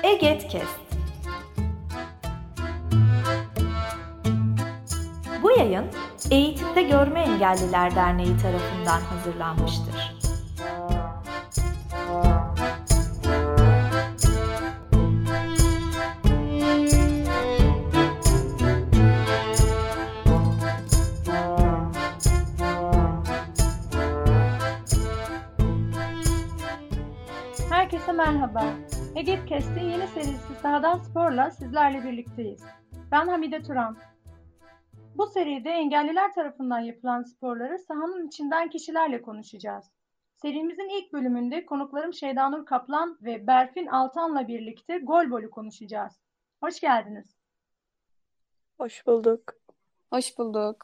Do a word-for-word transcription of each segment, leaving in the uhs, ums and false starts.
Egetkest. Bu yayın Eğitimde Görme Engelliler Derneği tarafından hazırlanmıştır. Herkese merhaba. Egetkest'in yeni serisi Sahadan Spor'la sizlerle birlikteyiz. Ben Hamide Turan. Bu seride engelliler tarafından yapılan sporları sahanın içinden kişilerle konuşacağız. Serimizin ilk bölümünde konuklarım Şeydanur Kaplan ve Berfin Altan'la birlikte golbolü konuşacağız. Hoş geldiniz. Hoş bulduk. Hoş bulduk.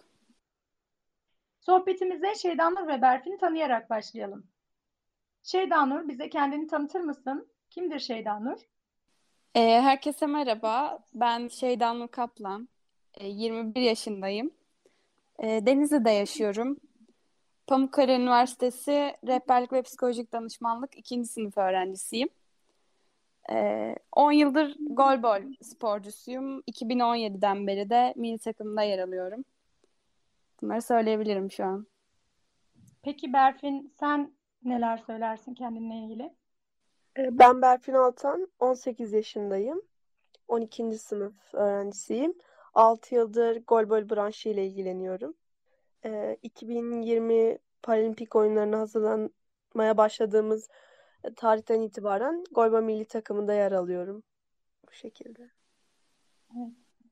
Sohbetimize Şeydanur ve Berfin'i tanıyarak başlayalım. Şeydanur, bize kendini tanıtır mısın? Kimdir Şeydanur? Ee, herkese merhaba. Ben Şeydanur Kaplan. Ee, yirmi bir yaşındayım. Ee, Denizli'de yaşıyorum. Pamukkale Üniversitesi Rehberlik ve Psikolojik Danışmanlık ikinci sınıf öğrencisiyim. Ee, on yıldır golbol sporcusuyum. iki bin on yediden beri de milli takımda yer alıyorum. Bunları söyleyebilirim şu an. Peki Berfin, sen neler söylersin kendinle ilgili? Ben Berfin Altan, on sekiz yaşındayım. on ikinci sınıf öğrencisiyim. altı yıldır golbol branşı ile ilgileniyorum. iki bin yirmi Paralimpik oyunlarına hazırlanmaya başladığımız tarihten itibaren golbol milli takımında yer alıyorum. Bu şekilde. Evet.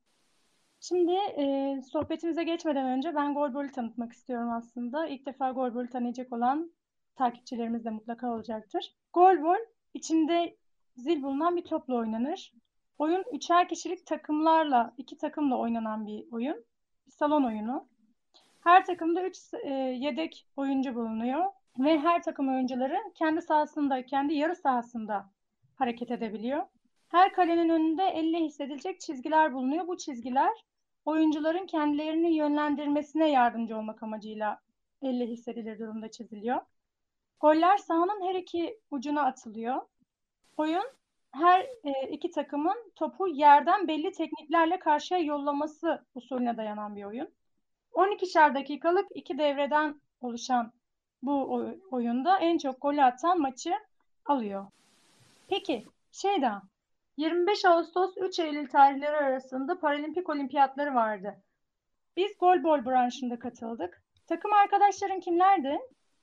Şimdi e, sohbetimize geçmeden önce ben golbolü tanıtmak istiyorum aslında. İlk defa golbolü tanıyacak olan takipçilerimiz de mutlaka olacaktır. Golbol, içinde zil bulunan bir topla oynanır. Oyun üçer kişilik takımlarla, iki takımla oynanan bir oyun. Bir salon oyunu. Her takımda üç e, yedek oyuncu bulunuyor ve her takım oyuncuları kendi sahasında, kendi yarı sahasında hareket edebiliyor. Her kalenin önünde elle hissedilecek çizgiler bulunuyor. Bu çizgiler oyuncuların kendilerini yönlendirmesine yardımcı olmak amacıyla elle hissedilir durumda çiziliyor. Goller sahanın her iki ucuna atılıyor. Oyun her e, iki takımın topu yerden belli tekniklerle karşıya yollaması usulüne dayanan bir oyun. on ikişer dakikalık iki devreden oluşan bu oyunda en çok golü atan maçı alıyor. Peki Şeyda, yirmi beş Ağustos üç Eylül tarihleri arasında Paralimpik Olimpiyatları vardı. Biz golbol branşında katıldık. Takım arkadaşların kimlerdi?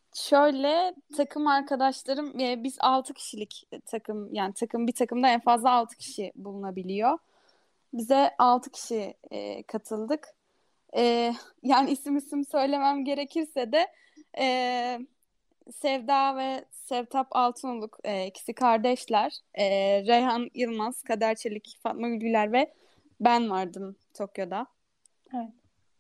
Şöyle takım arkadaşlarım e, biz altı kişilik takım, yani takım bir takımda en fazla altı kişi bulunabiliyor. Bize altı kişi e, katıldık. E, yani isim isim söylemem gerekirse de e, Sevda ve Sevtap Altınoluk e, ikisi kardeşler. E, Reyhan Yılmaz, Kader Çelik, Fatma Gülgüler ve ben vardım Tokyo'da. Evet.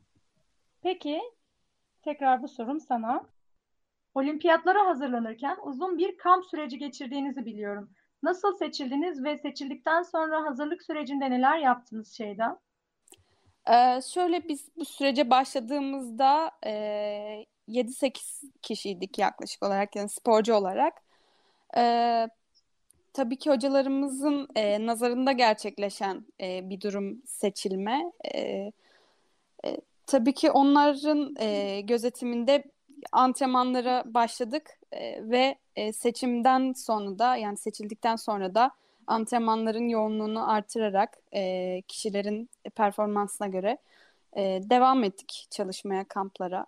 Peki tekrar bu sorum sana. Olimpiyatlara hazırlanırken uzun bir kamp süreci geçirdiğinizi biliyorum. Nasıl seçildiniz ve seçildikten sonra hazırlık sürecinde neler yaptınız Şeyda? Ee, şöyle biz bu sürece başladığımızda e, yedi sekiz kişiydik yaklaşık olarak, yani sporcu olarak. Ee, tabii ki hocalarımızın e, nazarında gerçekleşen e, bir durum seçilme. E, e, tabii ki onların e, gözetiminde antrenmanlara başladık e, ve e, seçimden sonra da, yani seçildikten sonra da antrenmanların yoğunluğunu artırarak e, kişilerin performansına göre e, devam ettik çalışmaya, kamplara.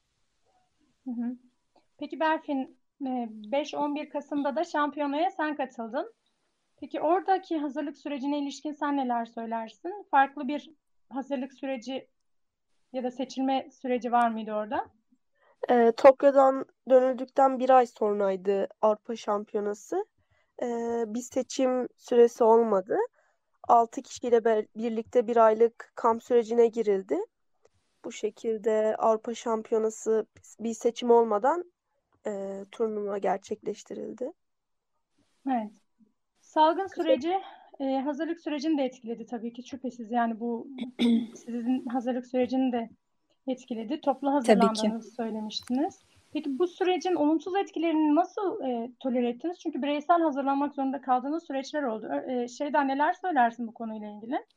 Hı hı. Peki Berfin, beş on bir Kasım'da da şampiyonaya sen katıldın. Peki oradaki hazırlık sürecine ilişkin sen neler söylersin? Farklı bir hazırlık süreci ya da seçilme süreci var mıydı orada? E, Tokyo'dan dönüldükten bir ay sonraydı Avrupa Şampiyonası. E, bir seçim süresi olmadı. altı kişiyle be- birlikte bir aylık kamp sürecine girildi. Bu şekilde Avrupa Şampiyonası bir seçim olmadan e, turnuva gerçekleştirildi. Evet. Salgın süreci e, hazırlık sürecini de etkiledi tabii ki, şüphesiz. Yani bu sizin hazırlık sürecini de etkiledi. Toplu Tabii ki. hazırlandığınızı söylemiştiniz. Peki bu sürecin olumsuz etkilerini nasıl e, tolere ettiniz? Çünkü bireysel hazırlanmak zorunda kaldığınız süreçler oldu. Ö- E, Şeyda, neler söylersin bu konuyla ilgili?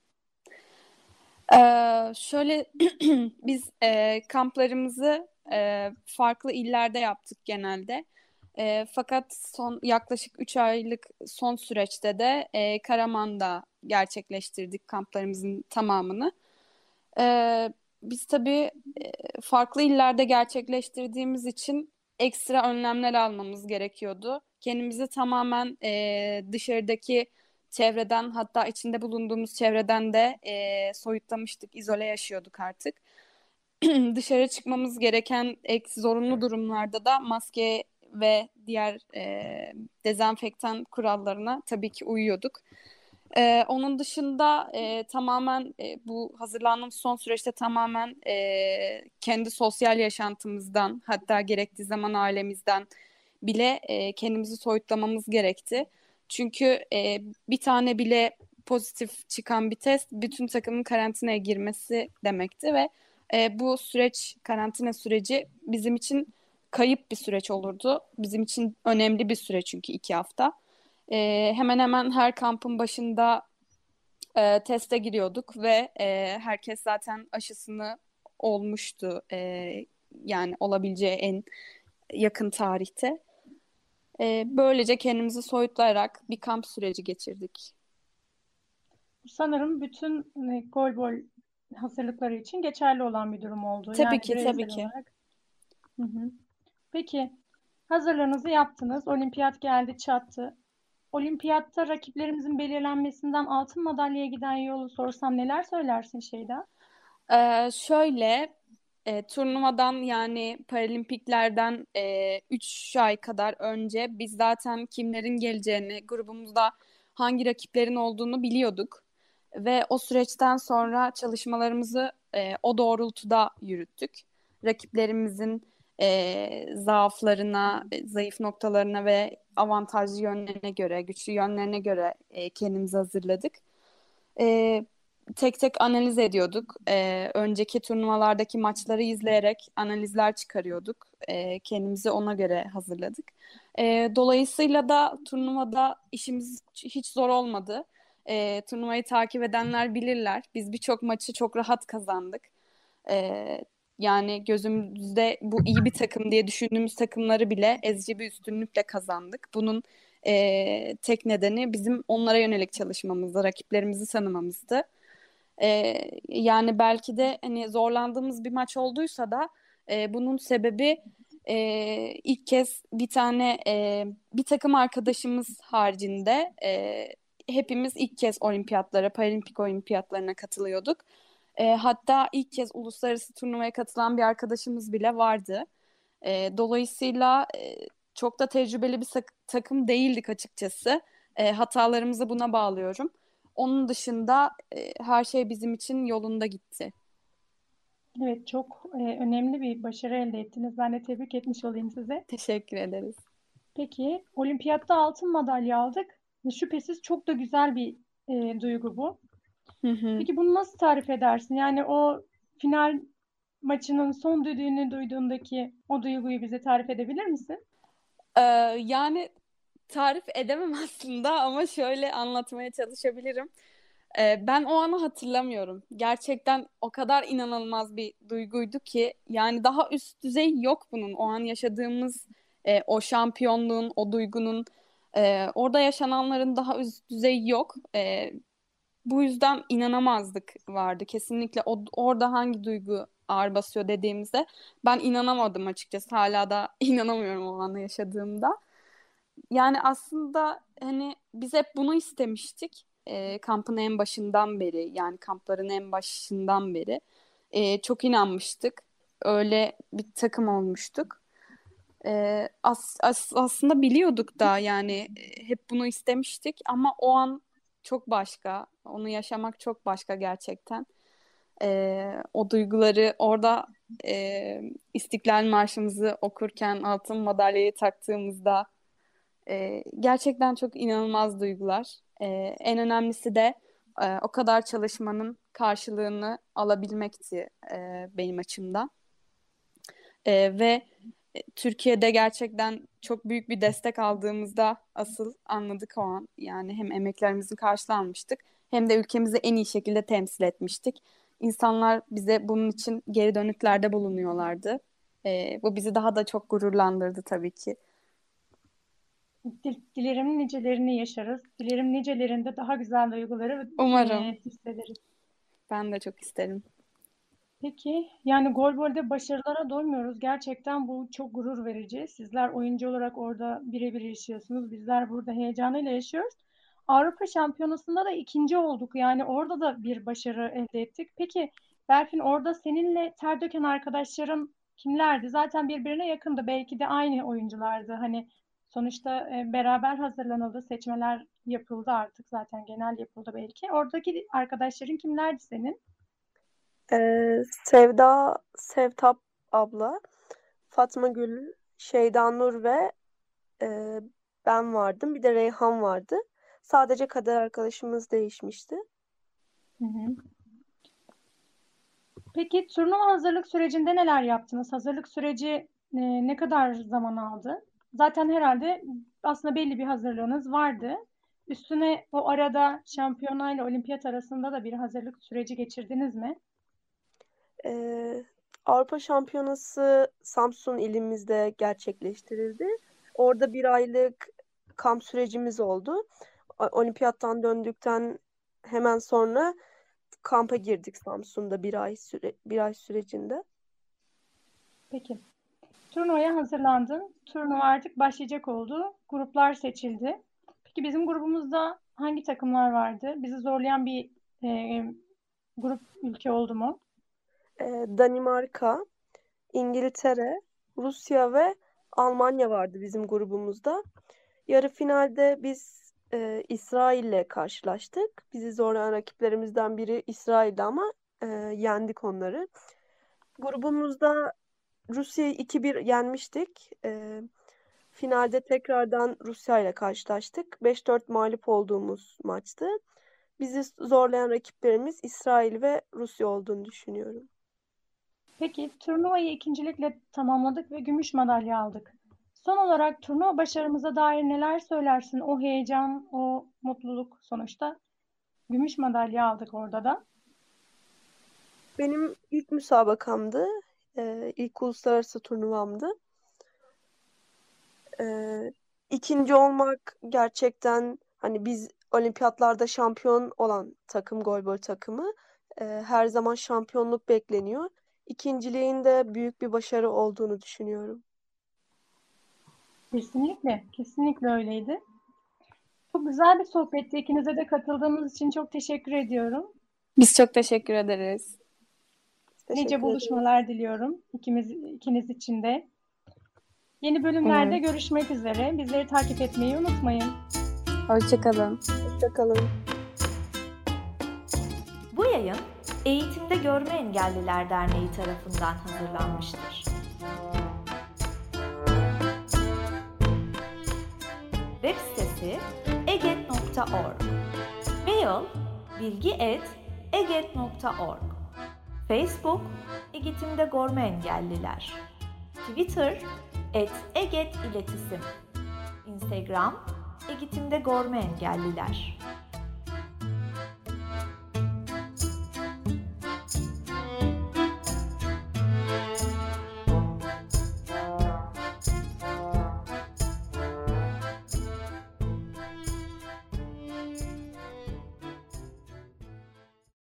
Ee, şöyle biz e, kamplarımızı e, farklı illerde yaptık genelde. E, fakat son yaklaşık üç aylık son süreçte de e, Karaman'da gerçekleştirdik kamplarımızın tamamını. E, Biz tabii e, farklı illerde gerçekleştirdiğimiz için ekstra önlemler almamız gerekiyordu. Kendimizi tamamen e, dışarıdaki çevreden, hatta içinde bulunduğumuz çevreden de e, soyutlamıştık, izole yaşıyorduk artık. Dışarı çıkmamız gereken ek zorunlu durumlarda da maske ve diğer e, dezenfektan kurallarına tabii ki uyuyorduk. Ee, onun dışında e, tamamen e, bu hazırlandığımız son süreçte tamamen e, kendi sosyal yaşantımızdan, hatta gerektiği zaman ailemizden bile e, kendimizi soyutlamamız gerekti. Çünkü e, bir tane bile pozitif çıkan bir test bütün takımın karantinaya girmesi demekti ve e, bu süreç, karantina süreci bizim için kayıp bir süreç olurdu. Bizim için önemli bir süreç çünkü iki hafta. E, hemen hemen her kampın başında e, teste giriyorduk ve e, herkes zaten aşısını olmuştu. E, yani olabileceği en yakın tarihte. E, böylece kendimizi soyutlayarak bir kamp süreci geçirdik. Sanırım bütün e, golbol hazırlıkları için geçerli olan bir durum oldu. Tabii Yani ki, tabii bireysel ki. olarak. Hı hı. Peki, hazırlığınızı yaptınız. Olimpiyat geldi çattı. Olimpiyatta rakiplerimizin belirlenmesinden altın madalyaya giden yolu sorsam neler söylersin Şeyda? Ee, şöyle e, turnuvadan yani paralimpiklerden e, üç ay kadar önce biz zaten kimlerin geleceğini, grubumuzda hangi rakiplerin olduğunu biliyorduk. Ve o süreçten sonra çalışmalarımızı e, o doğrultuda yürüttük. Rakiplerimizin e, zaaflarına, e, zayıf noktalarına ve avantajlı yönlerine göre, güçlü yönlerine göre e, kendimizi hazırladık. E, Tek tek analiz ediyorduk. E, önceki turnuvalardaki maçları izleyerek analizler çıkarıyorduk. E, kendimizi ona göre hazırladık. E, dolayısıyla da turnuvada işimiz hiç zor olmadı. E, turnuvayı takip edenler bilirler. Biz birçok maçı çok rahat kazandık. E, Yani gözümüzde bu iyi bir takım diye düşündüğümüz takımları bile ezici bir üstünlükle kazandık. Bunun e, tek nedeni bizim onlara yönelik çalışmamızdı, rakiplerimizi tanımamızdı. E, Yani belki de hani zorlandığımız bir maç olduysa da e, bunun sebebi e, ilk kez bir tane e, bir takım arkadaşımız haricinde e, hepimiz ilk kez olimpiyatlara, paralimpik olimpiyatlarına katılıyorduk. E, hatta ilk kez uluslararası turnuvaya katılan bir arkadaşımız bile vardı. E, dolayısıyla e, çok da tecrübeli bir sak- takım değildik açıkçası. E, hatalarımızı buna bağlıyorum. Onun dışında e, her şey bizim için yolunda gitti. Evet, çok e, önemli bir başarı elde ettiniz. Ben de tebrik etmiş olayım size. Teşekkür ederiz. Peki, olimpiyatta altın madalya aldık. Şüphesiz çok da güzel bir e, duygu bu. Hı hı. Peki bunu nasıl tarif edersin? Yani o final maçının son düdüğünü duyduğundaki o duyguyu bize tarif edebilir misin? Ee, Yani tarif edemem aslında ama şöyle anlatmaya çalışabilirim. Ee, ben o anı hatırlamıyorum. Gerçekten o kadar inanılmaz bir duyguydu ki yani daha üst düzey yok bunun. O an yaşadığımız e, o şampiyonluğun, o duygunun e, orada yaşananların daha üst düzey yok. E, bu yüzden inanamazdık vardı. Kesinlikle o, orada hangi duygu ağır basıyor dediğimizde ben inanamadım açıkçası. Hala da inanamıyorum o anı yaşadığımda. Yani aslında hani biz hep bunu istemiştik. E, kampın en başından beri yani kampların en başından beri e, çok inanmıştık. Öyle bir takım olmuştuk. E, as, as- aslında biliyorduk da yani e, hep bunu istemiştik ama o an çok başka. Onu yaşamak çok başka gerçekten. E, o duyguları orada e, İstiklal Marşımızı okurken altın madalyayı taktığımızda ee, gerçekten çok inanılmaz duygular. Ee, en önemlisi de e, o kadar çalışmanın karşılığını alabilmekti e, benim açımdan. Ee, ve Türkiye'de gerçekten çok büyük bir destek aldığımızda asıl anladık o an. Yani hem emeklerimizin karşılanmıştık hem de ülkemizi en iyi şekilde temsil etmiştik. İnsanlar bize bunun için geri dönütlerde bulunuyorlardı. Ee, bu bizi daha da çok gururlandırdı tabii ki. Dil- Dilerim nicelerini yaşarız. Dilerim nicelerinde daha güzel duyguları Umarım. e, hissederiz. Ben de çok isterim. Peki, yani golbolde başarılara doymuyoruz. Gerçekten bu çok gurur verici. Sizler oyuncu olarak orada birebir yaşıyorsunuz. Bizler burada heyecanıyla yaşıyoruz. Avrupa Şampiyonası'nda da ikinci olduk. Yani orada da bir başarı elde ettik. Peki Berfin, orada seninle ter döken arkadaşların kimlerdi? Zaten birbirine yakındı. Belki de aynı oyunculardı. Hani sonuçta e, beraber hazırlanıldı. Seçmeler yapıldı artık, zaten genel yapıldı belki. Oradaki arkadaşların kimlerdi senin? Ee, Sevda, Sevtap abla, Fatma Gül, Şeyda Nur ve e, ben vardım. Bir de Reyhan vardı. Sadece kader arkadaşımız değişmişti. Hı hı. Peki turnuva hazırlık sürecinde neler yaptınız? Hazırlık süreci e, ne kadar zaman aldı? Zaten herhalde aslında belli bir hazırlığınız vardı. Üstüne o arada şampiyona ile olimpiyat arasında da bir hazırlık süreci geçirdiniz mi? Ee, Avrupa Şampiyonası Samsun ilimizde gerçekleştirildi. Orada bir aylık kamp sürecimiz oldu. O- Olimpiyattan döndükten hemen sonra kampa girdik Samsun'da bir ay süre bir ay sürecinde. Peki. Turnuvaya hazırlandın. Turnuva artık başlayacak oldu. Gruplar seçildi. Peki bizim grubumuzda hangi takımlar vardı? Bizi zorlayan bir e, grup ülke oldu mu? Ee, Danimarka, İngiltere, Rusya ve Almanya vardı bizim grubumuzda. Yarı finalde biz e, İsrail'le karşılaştık. Bizi zorlayan rakiplerimizden biri İsrail'di ama e, yendik onları. Grubumuzda Rusya'yı iki bir yenmiştik. E, finalde tekrardan Rusya ile karşılaştık. beş dört mağlup olduğumuz maçtı. Bizi zorlayan rakiplerimiz İsrail ve Rusya olduğunu düşünüyorum. Peki turnuvayı ikincilikle tamamladık ve gümüş madalya aldık. Son olarak turnuva başarımıza dair neler söylersin? O heyecan, o mutluluk, sonuçta gümüş madalya aldık orada da. Benim ilk müsabakamdı. E, ilk uluslararası turnuvamdı. E, ikinci olmak gerçekten, hani biz olimpiyatlarda şampiyon olan takım, golbol takımı, e, her zaman şampiyonluk bekleniyor. İkinciliğin de büyük bir başarı olduğunu düşünüyorum. Kesinlikle, kesinlikle öyleydi. Çok güzel bir sohbetti. İkinize de katıldığınız için çok teşekkür ediyorum. Biz çok teşekkür ederiz. Teşekkür Nice ederim. buluşmalar diliyorum ikimiz, ikiniz için de. Yeni bölümlerde Evet. görüşmek üzere. Bizleri takip etmeyi unutmayın. Hoşçakalın. Hoşçakalın. Bu yayın Eğitimde Görme Engelliler Derneği tarafından hazırlanmıştır. Web sitesi eget nokta org. Mail bilgi et eget nokta org. Facebook Eğitimde Görme Engelliler. Twitter et eget iletisim. Instagram Eğitimde Görme Engelliler.